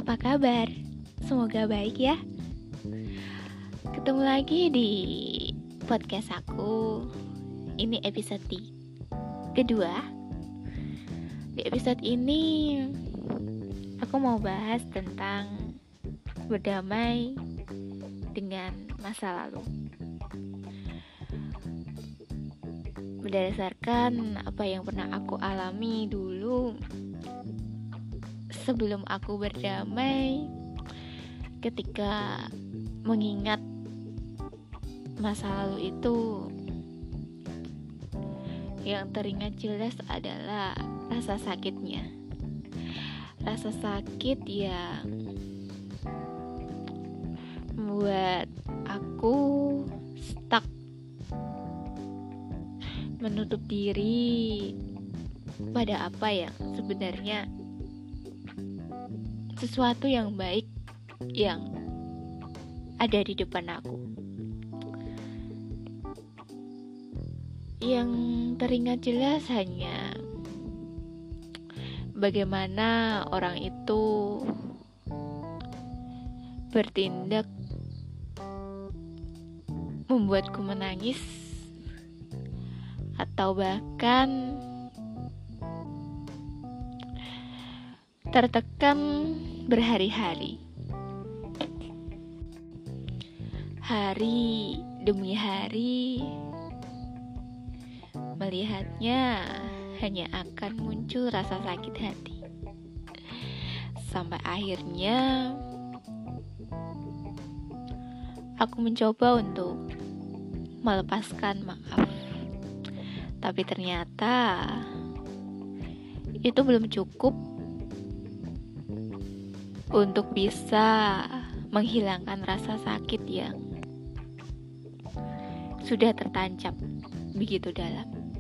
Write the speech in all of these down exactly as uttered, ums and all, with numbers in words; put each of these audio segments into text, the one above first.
apa kabar? Semoga baik ya. Ketemu lagi di podcast aku. Ini episode kedua. Di episode ini aku mau bahas tentang berdamai dengan masa lalu. Berdasarkan apa yang pernah aku alami dulu sebelum aku berdamai, ketika mengingat masa lalu itu, yang teringat jelas adalah rasa sakitnya. Rasa sakit yang membuat aku stuck, menutup diri pada apa yang sebenarnya sesuatu yang baik yang ada di depan aku. Yang teringat jelas hanya bagaimana orang itu bertindak membuatku menangis, atau bahkan tertekan berhari-hari, hari demi hari, melihatnya hanya akan muncul rasa sakit hati, sampai akhirnya aku mencoba untuk melepaskan maaf, tapi ternyata itu belum cukup untuk bisa menghilangkan rasa sakit yang sudah tertancap begitu dalam.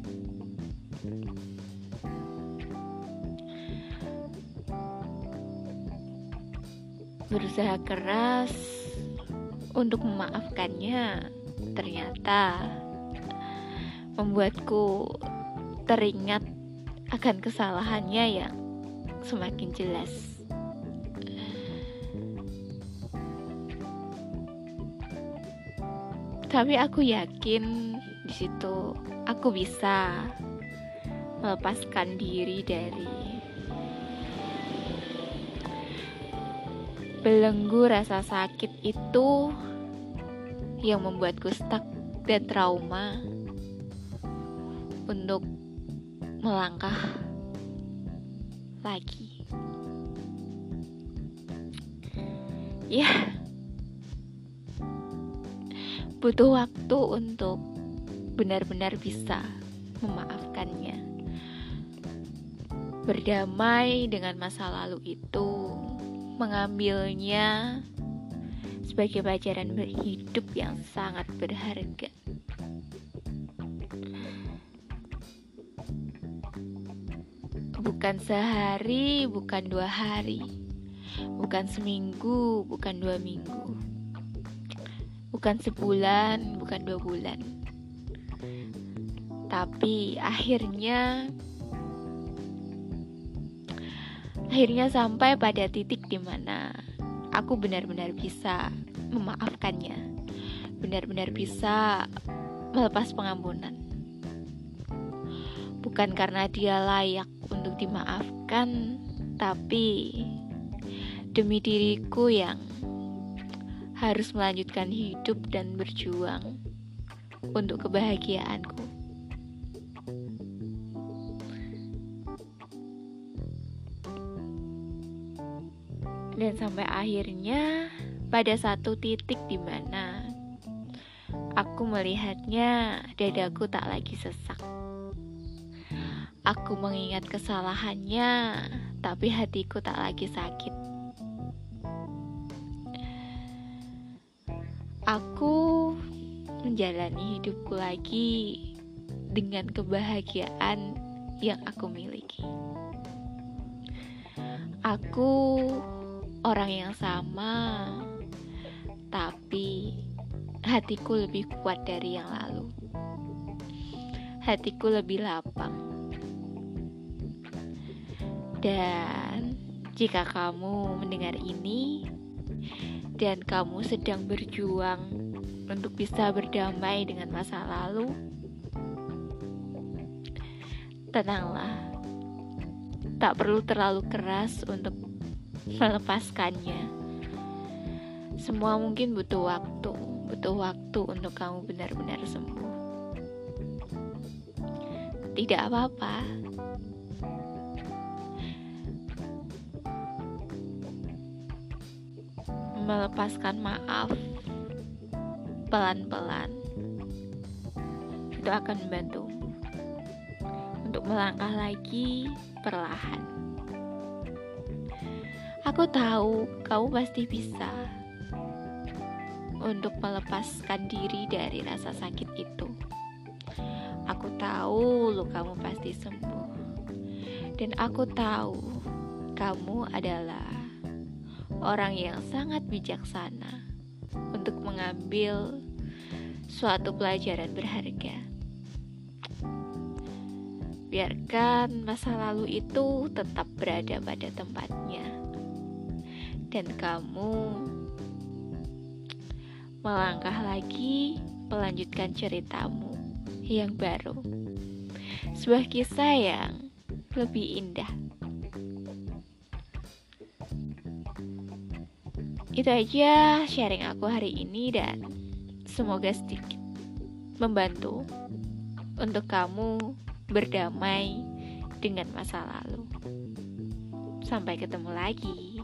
Berusaha keras untuk memaafkannya, ternyata membuatku teringat akan kesalahannya yang semakin jelas. Tapi aku yakin di situ aku bisa melepaskan diri dari belenggu rasa sakit itu yang membuatku stuck dan trauma untuk melangkah lagi. Ya, butuh waktu untuk benar-benar bisa memaafkannya, berdamai dengan masa lalu itu, mengambilnya sebagai pelajaran berhidup yang sangat berharga. Bukan sehari, bukan dua hari, bukan seminggu, bukan dua minggu, bukan sebulan, bukan dua bulan, tapi akhirnya akhirnya sampai pada titik di mana aku benar-benar bisa memaafkannya, benar-benar bisa melepas pengampunan. Bukan karena dia layak untuk dimaafkan, tapi demi diriku yang harus melanjutkan hidup dan berjuang untuk kebahagiaanku. Dan sampai akhirnya pada satu titik di mana aku melihatnya, dadaku tak lagi sesak. Aku mengingat kesalahannya, tapi hatiku tak lagi sakit. Aku menjalani hidupku lagi dengan kebahagiaan yang aku miliki. Aku orang yang sama, tapi hatiku lebih kuat dari yang lalu. Hatiku lebih lapang. Dan Jika kamu mendengar ini dan kamu sedang berjuang untuk bisa berdamai dengan masa lalu, tenanglah. Tak perlu terlalu keras untuk melepaskannya. Semua mungkin butuh waktu, butuh waktu untuk kamu benar-benar sembuh. Tidak apa-apa. Melepaskan maaf pelan-pelan itu akan membantu untuk melangkah lagi perlahan. Aku tahu kamu pasti bisa untuk melepaskan diri dari rasa sakit itu. Aku tahu lukamu pasti sembuh. Dan aku tahu kamu adalah orang yang sangat bijaksana untuk mengambil suatu pelajaran berharga. Biarkan masa lalu itu tetap berada pada tempatnya, dan kamu melangkah lagi, melanjutkan ceritamu yang baru, sebuah kisah yang lebih indah. Itu aja sharing aku hari ini, dan semoga sedikit membantu untuk kamu berdamai dengan masa lalu. Sampai ketemu lagi.